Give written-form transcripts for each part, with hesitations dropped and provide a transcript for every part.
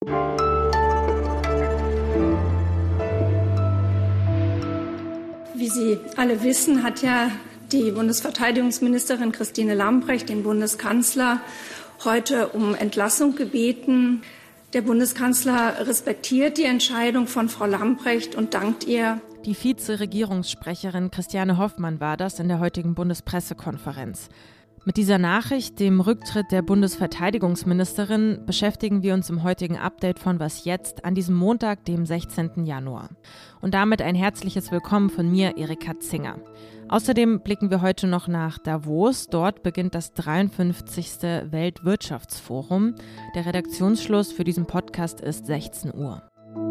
Wie Sie alle wissen, hat ja die Bundesverteidigungsministerin Christine Lambrecht den Bundeskanzler heute um Entlassung gebeten. Der Bundeskanzler respektiert die Entscheidung von Frau Lambrecht und dankt ihr. Die Vize-Regierungssprecherin Christiane Hoffmann war das in der heutigen Bundespressekonferenz. Mit dieser Nachricht, dem Rücktritt der Bundesverteidigungsministerin, beschäftigen wir uns im heutigen Update von Was jetzt an diesem Montag, dem 16. Januar. Und damit ein herzliches Willkommen von mir, Erika Zinger. Außerdem blicken wir heute noch nach Davos. Dort beginnt das 53. Weltwirtschaftsforum. Der Redaktionsschluss für diesen Podcast ist 16 Uhr.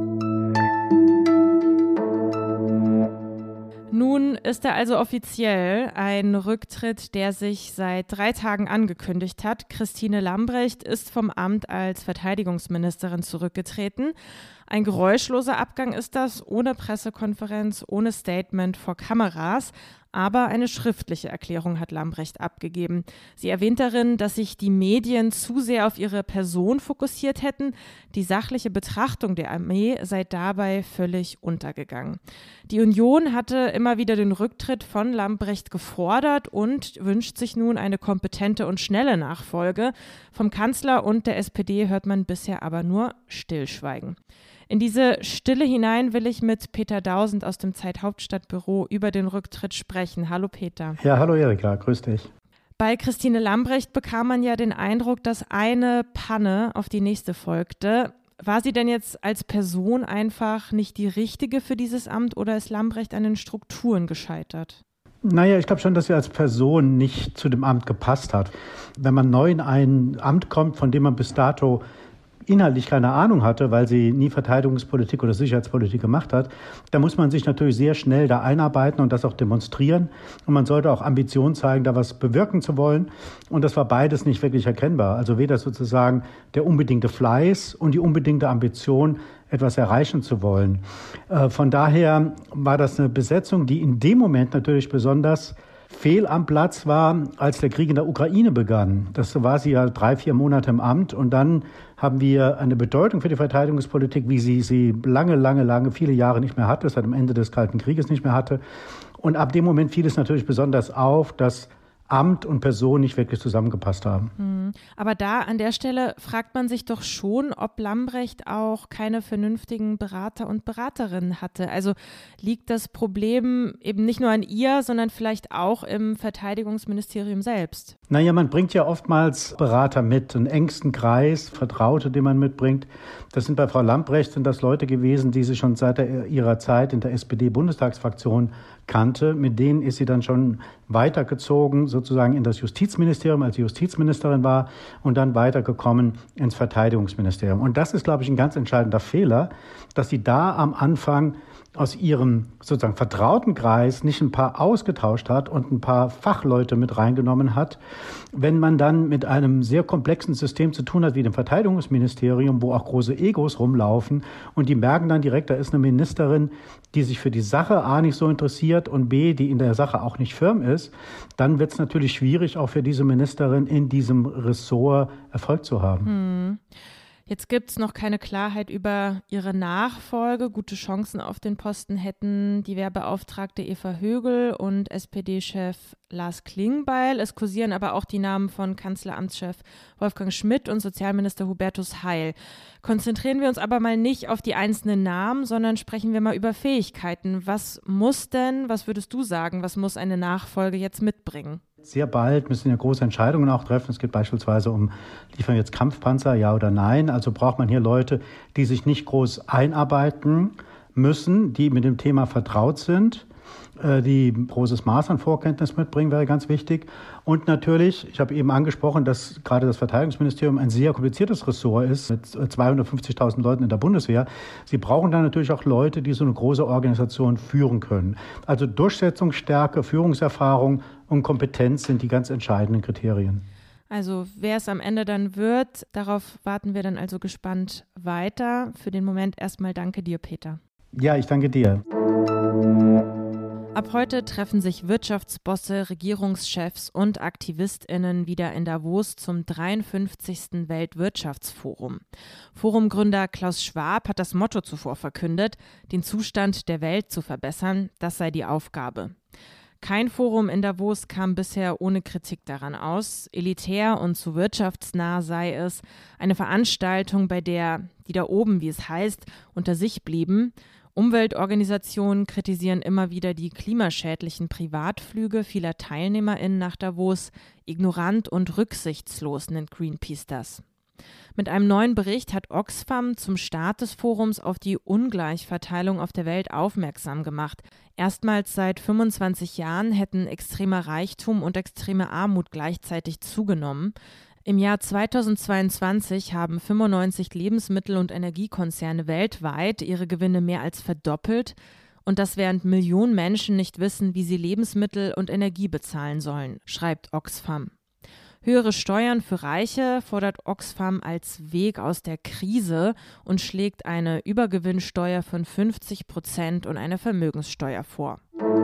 Nun ist er also offiziell, ein Rücktritt, der sich seit 3 Tagen angekündigt hat. Christine Lambrecht ist vom Amt als Verteidigungsministerin zurückgetreten. Ein geräuschloser Abgang ist das, ohne Pressekonferenz, ohne Statement vor Kameras. Aber eine schriftliche Erklärung hat Lambrecht abgegeben. Sie erwähnt darin, dass sich die Medien zu sehr auf ihre Person fokussiert hätten. Die sachliche Betrachtung der Armee sei dabei völlig untergegangen. Die Union hatte immer wieder den Rücktritt von Lambrecht gefordert und wünscht sich nun eine kompetente und schnelle Nachfolge. Vom Kanzler und der SPD hört man bisher aber nur Stillschweigen. In diese Stille hinein will ich mit Peter Dausend aus dem Zeit-Hauptstadtbüro über den Rücktritt sprechen. Hallo Peter. Ja, hallo Erika, grüß dich. Bei Christine Lambrecht bekam man ja den Eindruck, dass eine Panne auf die nächste folgte. War sie denn jetzt als Person einfach nicht die richtige für dieses Amt oder ist Lambrecht an den Strukturen gescheitert? Naja, ich glaube schon, dass sie als Person nicht zu dem Amt gepasst hat. Wenn man neu in ein Amt kommt, von dem man bis dato inhaltlich keine Ahnung hatte, weil sie nie Verteidigungspolitik oder Sicherheitspolitik gemacht hat, da muss man sich natürlich sehr schnell da einarbeiten und das auch demonstrieren. Und man sollte auch Ambitionen zeigen, da was bewirken zu wollen. Und das war beides nicht wirklich erkennbar. Also weder sozusagen der unbedingte Fleiß und die unbedingte Ambition, etwas erreichen zu wollen. Von daher war das eine Besetzung, die in dem Moment natürlich besonders fehl am Platz war, als der Krieg in der Ukraine begann. Das war sie ja 3-4 Monate im Amt und dann haben wir eine Bedeutung für die Verteidigungspolitik, wie sie lange, viele Jahre nicht mehr hatte, seit dem Ende des Kalten Krieges nicht mehr hatte. Und ab dem Moment fiel es natürlich besonders auf, dass Amt und Person nicht wirklich zusammengepasst haben. Aber da an der Stelle fragt man sich doch schon, ob Lambrecht auch keine vernünftigen Berater und Beraterinnen hatte. Also liegt das Problem eben nicht nur an ihr, sondern vielleicht auch im Verteidigungsministerium selbst? Naja, man bringt ja oftmals Berater mit, einen engsten Kreis, Vertraute, den man mitbringt. Das sind bei Frau Lambrecht sind das Leute gewesen, die sie schon seit ihrer Zeit in der SPD-Bundestagsfraktion kannte. Mit denen ist sie dann schon weitergezogen, sozusagen in das Justizministerium, als sie Justizministerin war, und dann weitergekommen ins Verteidigungsministerium. Und das ist, glaube ich, ein ganz entscheidender Fehler, dass sie da am Anfang aus ihrem sozusagen vertrauten Kreis nicht ein paar ausgetauscht hat und ein paar Fachleute mit reingenommen hat. Wenn man dann mit einem sehr komplexen System zu tun hat wie dem Verteidigungsministerium, wo auch große Egos rumlaufen und die merken dann direkt, da ist eine Ministerin, die sich für die Sache A nicht so interessiert und B, die in der Sache auch nicht firm ist, dann wird es natürlich schwierig, auch für diese Ministerin in diesem Ressort Erfolg zu haben. Jetzt gibt es noch keine Klarheit über ihre Nachfolge. Gute Chancen auf den Posten hätten die Wehrbeauftragte Eva Högel und SPD-Chef Lars Klingbeil. Es kursieren aber auch die Namen von Kanzleramtschef Wolfgang Schmidt und Sozialminister Hubertus Heil. Konzentrieren wir uns aber mal nicht auf die einzelnen Namen, sondern sprechen wir mal über Fähigkeiten. Was würdest du sagen, was muss eine Nachfolge jetzt mitbringen? Sehr bald müssen ja große Entscheidungen auch treffen. Es geht beispielsweise um, liefern jetzt Kampfpanzer, ja oder nein. Also braucht man hier Leute, die sich nicht groß einarbeiten müssen, die mit dem Thema vertraut sind, die ein großes Maß an Vorkenntnis mitbringen, wäre ganz wichtig. Und natürlich, ich habe eben angesprochen, dass gerade das Verteidigungsministerium ein sehr kompliziertes Ressort ist, mit 250.000 Leuten in der Bundeswehr. Sie brauchen dann natürlich auch Leute, die so eine große Organisation führen können. Also Durchsetzungsstärke, Führungserfahrung und Kompetenz sind die ganz entscheidenden Kriterien. Also wer es am Ende dann wird, darauf warten wir dann also gespannt weiter. Für den Moment erstmal danke dir, Peter. Ja, ich danke dir. Ab heute treffen sich Wirtschaftsbosse, Regierungschefs und AktivistInnen wieder in Davos zum 53. Weltwirtschaftsforum. Forumgründer Klaus Schwab hat das Motto zuvor verkündet, den Zustand der Welt zu verbessern, das sei die Aufgabe. Kein Forum in Davos kam bisher ohne Kritik daran aus. Elitär und zu wirtschaftsnah sei es. Eine Veranstaltung, bei der die da oben, wie es heißt, unter sich blieben. Umweltorganisationen kritisieren immer wieder die klimaschädlichen Privatflüge vieler TeilnehmerInnen nach Davos. Ignorant und rücksichtslos nennt Greenpeace das. Mit einem neuen Bericht hat Oxfam zum Start des Forums auf die Ungleichverteilung auf der Welt aufmerksam gemacht. Erstmals seit 25 Jahren hätten extremer Reichtum und extreme Armut gleichzeitig zugenommen. Im Jahr 2022 haben 95 Lebensmittel- und Energiekonzerne weltweit ihre Gewinne mehr als verdoppelt. Und das während Millionen Menschen nicht wissen, wie sie Lebensmittel und Energie bezahlen sollen, schreibt Oxfam. Höhere Steuern für Reiche fordert Oxfam als Weg aus der Krise und schlägt eine Übergewinnsteuer von 50% und eine Vermögenssteuer vor.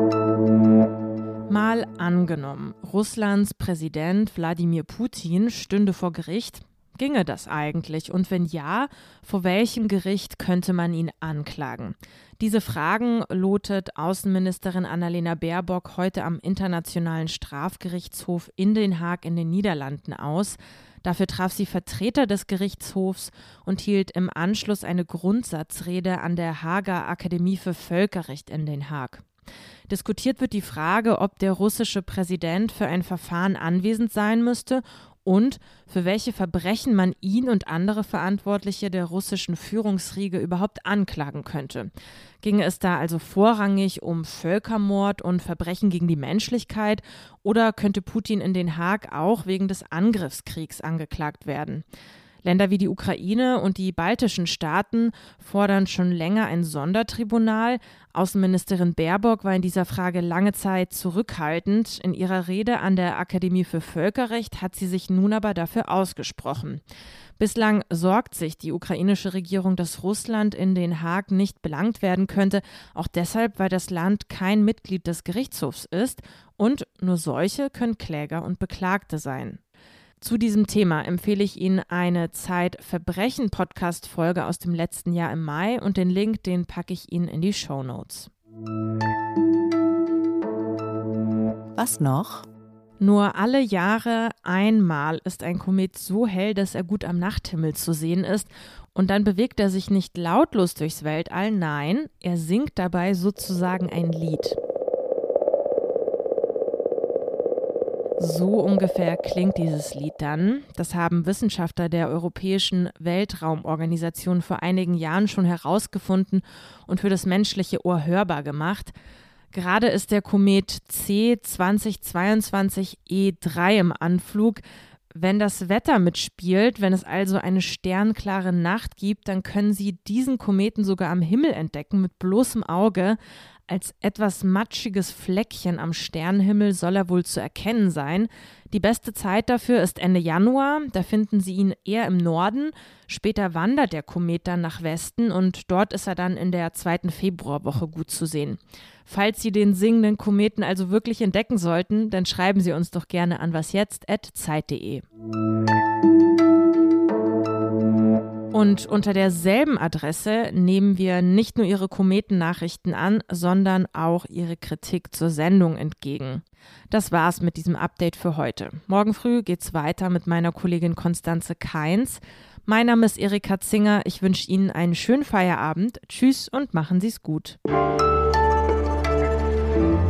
Mal angenommen, Russlands Präsident Wladimir Putin stünde vor Gericht. Ginge das eigentlich? Und wenn ja, vor welchem Gericht könnte man ihn anklagen? Diese Fragen lotet Außenministerin Annalena Baerbock heute am Internationalen Strafgerichtshof in Den Haag in den Niederlanden aus. Dafür traf sie Vertreter des Gerichtshofs und hielt im Anschluss eine Grundsatzrede an der Haager Akademie für Völkerrecht in Den Haag. Diskutiert wird die Frage, ob der russische Präsident für ein Verfahren anwesend sein müsste und für welche Verbrechen man ihn und andere Verantwortliche der russischen Führungsriege überhaupt anklagen könnte. Ginge es da also vorrangig um Völkermord und Verbrechen gegen die Menschlichkeit oder könnte Putin in Den Haag auch wegen des Angriffskriegs angeklagt werden? Länder wie die Ukraine und die baltischen Staaten fordern schon länger ein Sondertribunal. Außenministerin Baerbock war in dieser Frage lange Zeit zurückhaltend. In ihrer Rede an der Akademie für Völkerrecht hat sie sich nun aber dafür ausgesprochen. Bislang sorgt sich die ukrainische Regierung, dass Russland in Den Haag nicht belangt werden könnte, auch deshalb, weil das Land kein Mitglied des Gerichtshofs ist und nur solche können Kläger und Beklagte sein. Zu diesem Thema empfehle ich Ihnen eine Zeit-Verbrechen-Podcast-Folge aus dem letzten Jahr im Mai und den Link, den packe ich Ihnen in die Shownotes. Was noch? Nur alle Jahre einmal ist ein Komet so hell, dass er gut am Nachthimmel zu sehen ist und dann bewegt er sich nicht lautlos durchs Weltall, nein, er singt dabei sozusagen ein Lied. So ungefähr klingt dieses Lied dann. Das haben Wissenschaftler der Europäischen Weltraumorganisation vor einigen Jahren schon herausgefunden und für das menschliche Ohr hörbar gemacht. Gerade ist der Komet C2022E3 im Anflug. Wenn das Wetter mitspielt, wenn es also eine sternklare Nacht gibt, dann können Sie diesen Kometen sogar am Himmel entdecken mit bloßem Auge. Als etwas matschiges Fleckchen am Sternenhimmel soll er wohl zu erkennen sein. Die beste Zeit dafür ist Ende Januar, da finden Sie ihn eher im Norden. Später wandert der Komet dann nach Westen und dort ist er dann in der 2. Februarwoche gut zu sehen. Falls Sie den singenden Kometen also wirklich entdecken sollten, dann schreiben Sie uns doch gerne an wasjetzt@zeit.de. Und unter derselben Adresse nehmen wir nicht nur Ihre Kometennachrichten an, sondern auch Ihre Kritik zur Sendung entgegen. Das war's mit diesem Update für heute. Morgen früh geht's weiter mit meiner Kollegin Konstanze Kainz. Mein Name ist Erika Zinger. Ich wünsche Ihnen einen schönen Feierabend. Tschüss und machen Sie's gut.